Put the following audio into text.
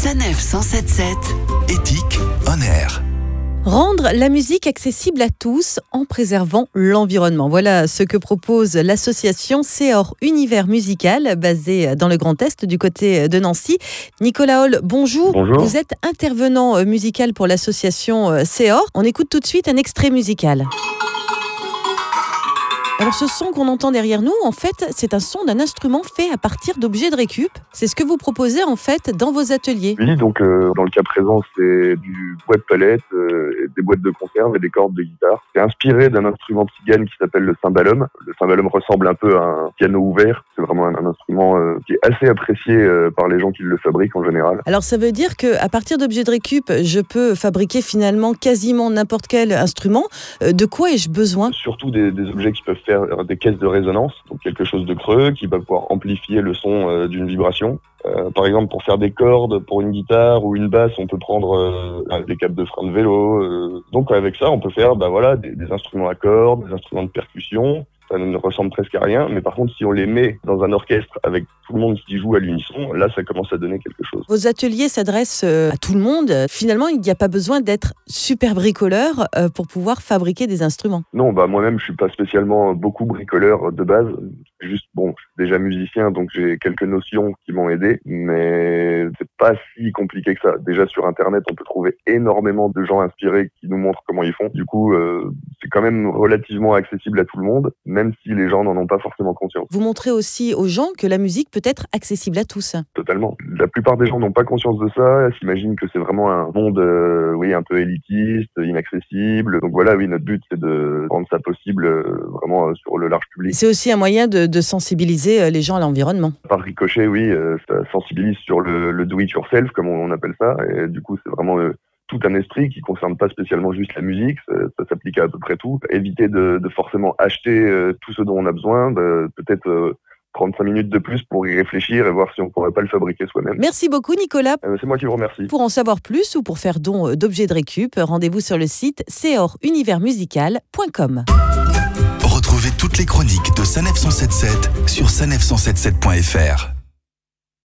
Sanef 177. Éthique on air. Rendre la musique accessible à tous en préservant l'environnement. Voilà ce que propose l'association Céor Univers Musical, basée dans le Grand Est du côté de Nancy. Nicolas Hall, bonjour. Bonjour. Vous êtes intervenant musical pour l'association Céor. On écoute tout de suite un extrait musical. Alors ce son qu'on entend derrière nous, en fait, c'est un son d'un instrument fait à partir d'objets de récup. C'est ce que vous proposez en fait dans vos ateliers. Oui, donc dans le cas présent, c'est du bois de palette, des boîtes de conserve et des cordes de guitare. C'est inspiré d'un instrument tzigane qui s'appelle le cymbalum. Le cymbalum ressemble un peu à un piano ouvert. C'est vraiment un instrument qui est assez apprécié par les gens qui le fabriquent en général. Alors ça veut dire qu'à partir d'objets de récup, je peux fabriquer finalement quasiment n'importe quel instrument. De quoi ai-je besoin ? Surtout des objets qui peuvent faire des caisses de résonance, donc quelque chose de creux qui va pouvoir amplifier le son d'une vibration. Par exemple, pour faire des cordes, pour une guitare ou une basse, on peut prendre des câbles de frein de vélo. Donc avec ça, on peut faire des instruments à cordes, des instruments de percussion. Ça ne ressemble presque à rien, mais par contre, si on les met dans un orchestre avec tout le monde qui joue à l'unisson, là, ça commence à donner quelque chose. Vos ateliers s'adressent à tout le monde. Finalement, il n'y a pas besoin d'être super bricoleur pour pouvoir fabriquer des instruments. Non, moi-même, je suis pas spécialement beaucoup bricoleur de base. Je suis déjà musicien, donc j'ai quelques notions qui m'ont aidé, mais c'est pas si compliqué que ça. Déjà, sur Internet, on peut trouver énormément de gens inspirés qui nous montrent comment ils font. Du coup, c'est quand même relativement accessible à tout le monde, même si les gens n'en ont pas forcément conscience. Vous montrez aussi aux gens que la musique peut être accessible à tous. Totalement. La plupart des gens n'ont pas conscience de ça, s'imaginent que c'est vraiment un monde un peu élitiste, inaccessible. Donc voilà, notre but, c'est de rendre ça possible vraiment sur le large public. C'est aussi un moyen de sensibiliser les gens à l'environnement. Par ricochet, ça sensibilise sur le do-it-yourself, comme on appelle ça. Et du coup, c'est vraiment tout un esprit qui concerne pas spécialement juste la musique, ça s'applique à peu près tout. Éviter de forcément acheter tout ce dont on a besoin, peut-être prendre 5 minutes de plus pour y réfléchir et voir si on pourrait pas le fabriquer soi-même. Merci beaucoup Nicolas. C'est moi qui vous remercie. Pour en savoir plus ou pour faire don d'objets de récup, rendez-vous sur le site ceoruniversmusical.com. Retrouvez toutes les chroniques de Sanef 177 sur sanef177.fr.